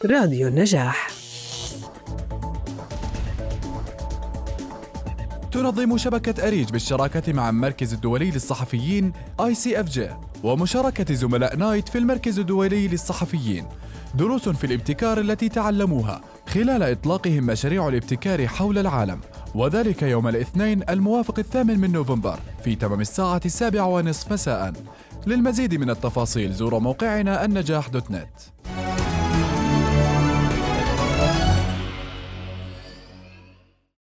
راديو النجاح. تنظم شبكة أريج بالشراكة مع المركز الدولي للصحفيين ICFJ ومشاركة زملاء نايت في المركز الدولي للصحفيين دروس في الابتكار التي تعلموها خلال إطلاقهم مشاريع الابتكار حول العالم، وذلك يوم الاثنين الموافق 8 نوفمبر في تمام الساعة 7:30 مساء. للمزيد من التفاصيل زوروا موقعنا النجاح.net.